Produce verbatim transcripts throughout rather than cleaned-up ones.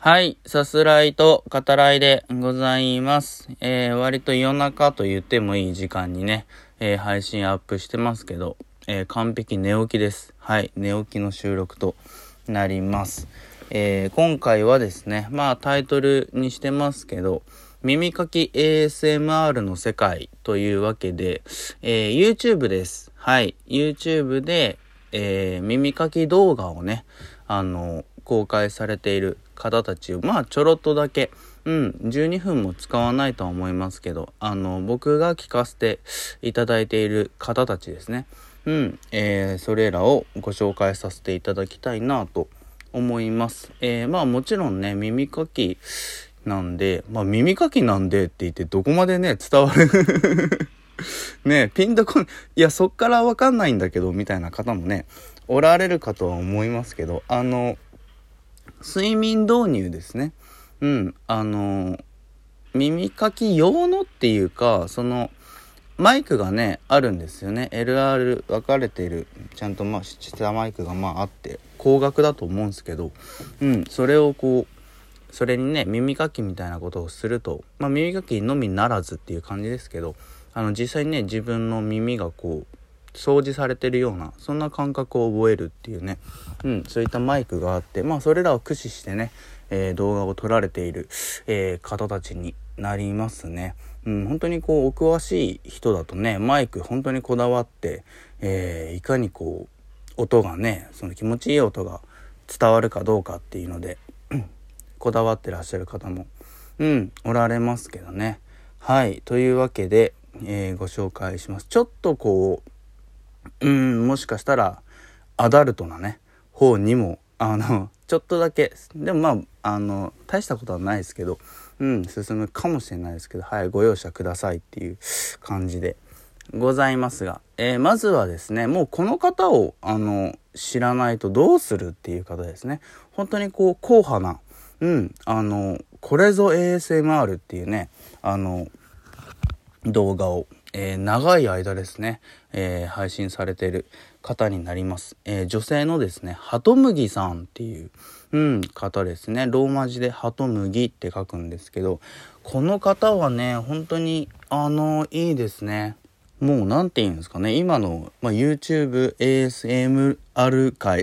はい、さすらいと語らいでございます。えー、割と夜中と言ってもいい時間にね、えー、配信アップしてますけど、えー、完璧寝起きです。はい、寝起きの収録となります。えー、今回はですね、まあタイトルにしてますけど、耳かき エーエスエムアール の世界というわけで、えー、YouTube です。はい、YouTube で、えー、耳かき動画をね、あの、公開されている方たちを、まあちょろっとだけ、うん、じゅうにふんも使わないとは思いますけど、あの、僕が聞かせていただいている方たちですね。うん、えー、それらをご紹介させていただきたいなと思います。えー、まあもちろんね、耳かきなんで、まあ耳かきなんでって言ってどこまでね、伝わるね、ピンとこん、いや、そっからわかんないんだけど、みたいな方もね、おられるかとは思いますけど、あの、睡眠導入ですね。うん、あの、耳かき用のっていうか、その、マイクがね、あるんですよね。エルアール 分かれている、ちゃんとまあ、下マイクがまああって、高額だと思うんですけど、うん、それをこう、それにね、耳かきみたいなことをすると、まあ耳かきのみならずっていう感じですけど、あの、実際にね、自分の耳がこう、掃除されてるようなそんな感覚を覚えるっていうね、うん、そういったマイクがあって、まあそれらを駆使してね、えー、動画を撮られている、えー、方たちになりますね。うん、本当にこうお詳しい人だとね、マイク本当にこだわって、えー、いかにこう音がね、その気持ちいい音が伝わるかどうかっていうのでこだわってらっしゃる方も、うん、おられますけどね。はい、というわけで、えー、ご紹介します。ちょっとこううん、もしかしたらアダルトなね方にもあのちょっとだけでもまああの大したことはないですけど、うん進むかもしれないですけど、はいご容赦くださいっていう感じでございますが、えー、まずはですね、もうこの方をあの知らないとどうするっていう方ですね。本当にこう硬派な、うんあのこれぞ エーエスエムアール っていうねあの動画を、えー、長い間ですね、えー、配信されている方になります。えー、女性のですね、ハトムギさんっていう、うん、方ですね。ローマ字でハトムギって書くんですけど、この方はね、本当に、あの、いいですね。もうなんて言うんですかね、今の、まあ、YouTube エーエスエムアール 界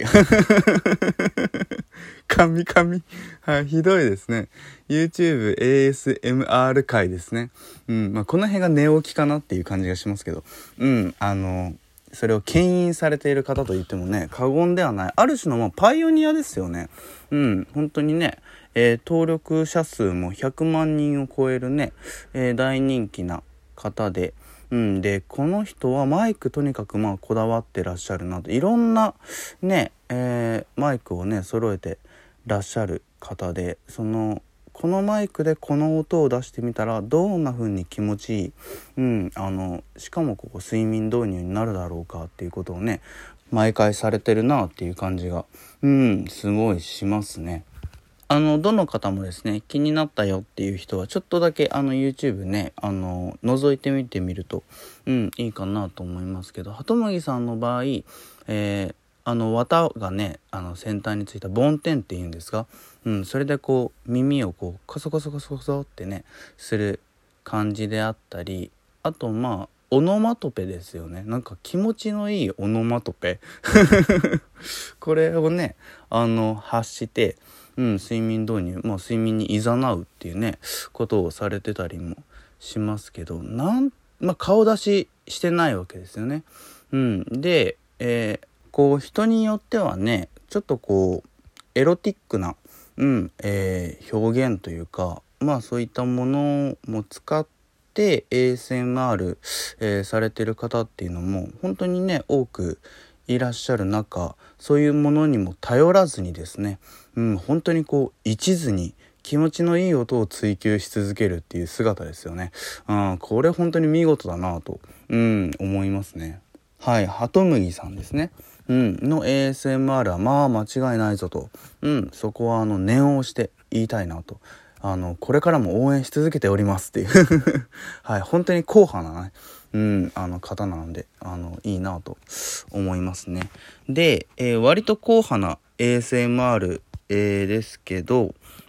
神々はい、ひどいですね。YouTube エーエスエムアール 界ですね。うん、まあこの辺が寝起きかなっていう感じがしますけど、うん、あのそれを牽引されている方と言ってもね過言ではない、ある種のまあパイオニアですよね。うん、本当にね、えー、登録者数もひゃくまんにんを超えるね、えー、大人気な方で。うん、でこの人はマイクとにかくまあこだわってらっしゃるなと、いろんなね、えー、マイクをね揃えてらっしゃる方で、そのこのマイクでこの音を出してみたらどんな風に気持ちいい、うん、あのしかもここ睡眠導入になるだろうかっていうことをね毎回されてるなっていう感じが、うん、すごいしますね。あのどの方もですね、気になったよっていう人はちょっとだけあの YouTube ねあの覗いてみてみると、うん、いいかなと思いますけど、ハトムギさんの場合、えー、あの綿がねあの先端についた梵天っていうんですか、うん、それでこう耳をこうコソコソコソコソってねする感じであったり、あとまあオノマトペですよね。なんか気持ちのいいオノマトペこれをねあの発して、うん、睡眠導入、まあ、睡眠に誘うっていうねことをされてたりもしますけど、なん、まあ、顔出ししてないわけですよね。うん、で、えー、こう人によってはねちょっとこうエロティックな、うんえー、表現というか、まあそういったものも使って エーエスエムアール、えー、されてる方っていうのも本当にね多くいらっしゃる中、そういうものにも頼らずにですね、うん、本当にこう一途に気持ちのいい音を追求し続けるっていう姿ですよね。うん、これ本当に見事だなと、うん、思いますね。はい、ハトムギさんですね。うん、の エーエスエムアール はまあ間違いないぞと、うん、そこはあの念をして言いたいなと、あのこれからも応援し続けておりますっていうはい、本当に硬派なね、うん、あの方なのであのいいなと思いますね。で、えー、割と硬派な エーエスエムアール、えー、ですけど、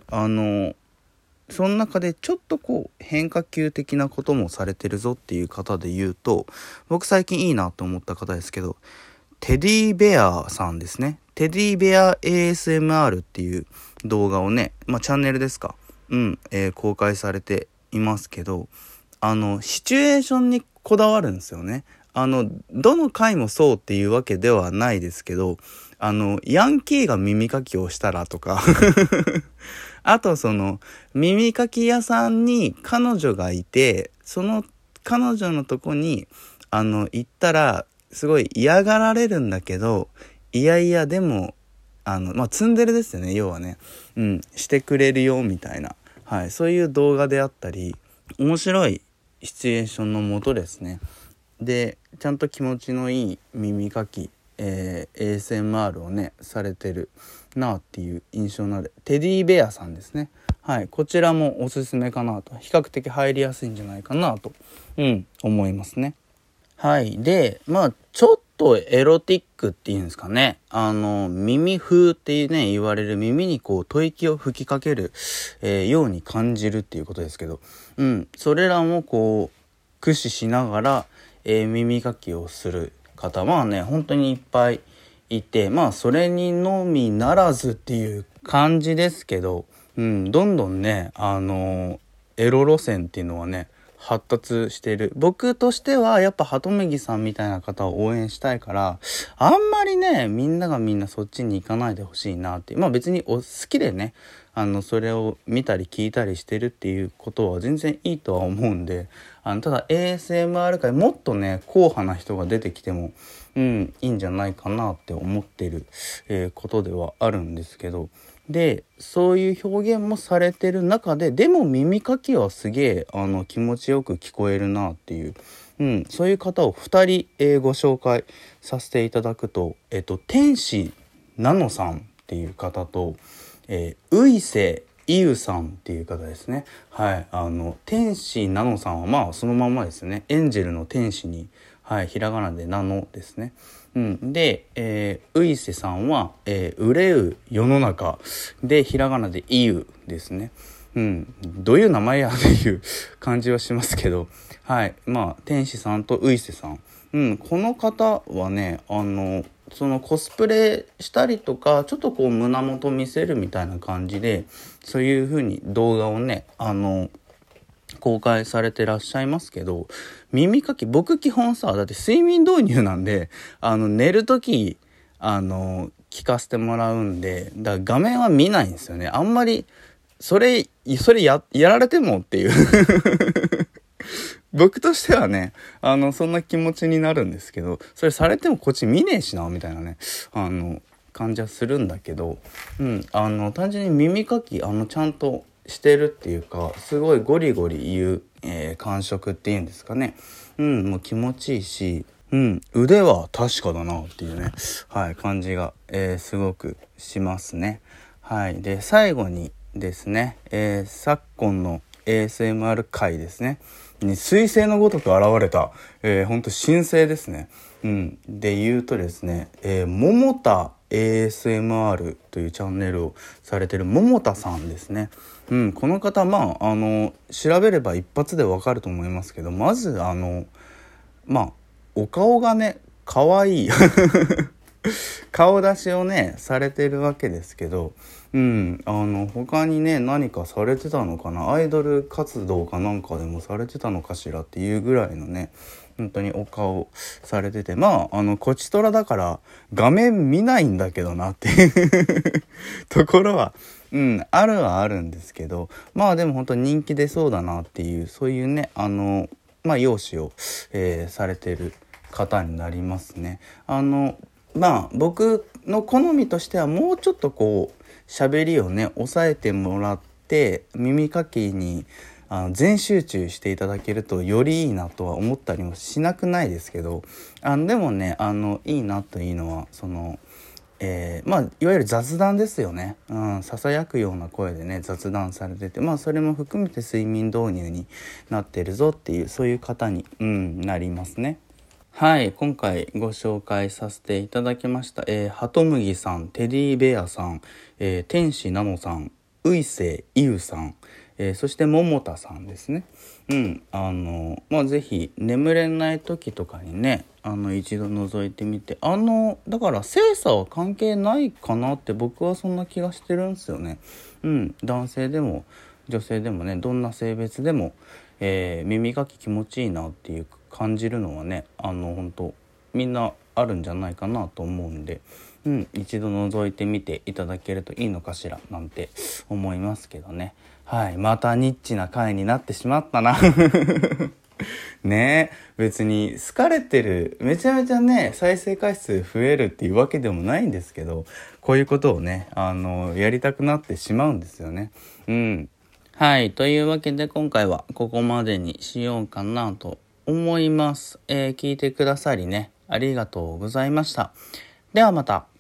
あのその中でちょっとこう変化球的なこともされてるぞっていう方で言うと、僕最近いいなと思った方ですけど、テディベアさんですね。テディベア エーエスエムアール っていう動画をね、まあチャンネルですか、うん、えー、公開されていますけど、あのシチュエーションにこだわるんですよね。あのどの回もそうっていうわけではないですけど、あのヤンキーが耳かきをしたらとかあとその耳かき屋さんに彼女がいて、その彼女のとこにあの行ったらすごい嫌がられるんだけど、いやいやでもあのまあツンデレですよね、要はね、うんしてくれるよみたいな、はい、そういう動画であったり、面白いシチュエーションのもとですね、でちゃんと気持ちのいい耳かき、えー、エーエスエムアール をねされてるなっていう印象のあるテディベアさんですね。はい、こちらもおすすめかなと、比較的入りやすいんじゃないかなと、うん、思いますね。はい。で、まあちょっとエロティックっていうんですかね、あの耳風っていうね言われる、耳にこう吐息を吹きかける、えー、ように感じるっていうことですけど、うん、それらもこう駆使しながら、えー、耳かきをする方はね本当にいっぱいいて、まあそれにのみならずっていう感じですけど、うん、どんどんねあのエロ路線っていうのはね発達している。僕としてはやっぱ鳩麦さんみたいな方を応援したいから、あんまりねみんながみんなそっちに行かないでほしいなって。まあ別にお好きでねあのそれを見たり聞いたりしてるっていうことは全然いいとは思うんで、あのただ エーエスエムアール 界もっとね硬派な人が出てきてもうんいいんじゃないかなって思ってる、えー、ことではあるんですけど、でそういう表現もされてる中で、でも耳かきはすげえあの気持ちよく聞こえるなっていう、うん、そういう方をふたり、えー、ご紹介させていただくと、えっと天使ナノさんっていう方と、えー、ウイセイユさんっていう方ですね。はい、あの天使ナノさんはまあそのまんまですね。エンジェルの天使に、はい、ひらがなでナノですね。うん、で、えー、ウイセさんは、えー、憂う世の中でひらがなでイユですね。うん、どういう名前やっていう感じはしますけど、はい、まあ天使さんとウイセさん、うん、この方はねあのそのコスプレしたりとか、ちょっとこう胸元見せるみたいな感じで、そういう風に動画をねあの公開されてらっしゃいますけど、耳かき僕基本さ、だって睡眠導入なんで、あの寝る時あの聞かせてもらうんで、だから画面は見ないんですよね。あんまりそれそれややられてもっていう僕としてはねあのそんな気持ちになるんですけど、それされてもこっち見ねえしなみたいなねあの感じはするんだけど、うんあの単純に耳かきあのちゃんとしてるっていうか、すごいゴリゴリ言う、えー、感触っていうんですかね、うんもう気持ちいいし、うん腕は確かだなっていうね、はい感じが、えー、すごくしますね。はい。で最後にですね、えー、昨今の エーエスエムアール 界ですねに彗星のごとく現れた、えー、ほんと新星ですね。うん、で言うとですね、えー、桃田 エーエスエムアール というチャンネルをされてる桃田さんですね。うん、この方まああの調べれば一発でわかると思いますけど、まずあのまあお顔がね可愛い顔出しをねされてるわけですけど、うんあの他にね何かされてたのかな、アイドル活動かなんかでもされてたのかしらっていうぐらいのね本当にお顔されてて、まああのこちとらだから画面見ないんだけどなっていうところはうんあるはあるんですけど、まあでも本当に人気出そうだなっていう、そういうねあのまあ容姿を、えー、されてる方になりますね。あのまあ僕の好みとしてはもうちょっとこう喋りをね抑えてもらって耳かきにあの全集中していただけるとよりいいなとは思ったりもしなくないですけど、あのでもねあのいいなというのはその、えー、まあいわゆる雑談ですよね、うん、ささやくような声でね雑談されてて、まあそれも含めて睡眠導入になってるぞっていうそういう方に、うん、なりますね。はい、今回ご紹介させていただきました、えー、ハトムギさん、テディベアさん、えー、天使ナノさんういせいゆさん、えー、そしてももたさんですね。うんあのまあぜひ眠れない時とかにねあの一度覗いてみて、あのだから性差は関係ないかなって僕はそんな気がしてるんですよね。うん男性でも女性でもね、どんな性別でも、えー、耳かき気持ちいいなっていう感じるのはね、あの本当みんなあるんじゃないかなと思うんで、うん、一度覗いてみていただけるといいのかしらなんて思いますけどね。はい、またニッチな回になってしまったなねえ、別に好かれてるめちゃめちゃね再生回数増えるっていうわけでもないんですけど、こういうことをねあのやりたくなってしまうんですよね。うんはい。というわけで今回はここまでにしようかなと思います。えー聞いてくださりね、ありがとうございました。ではまた。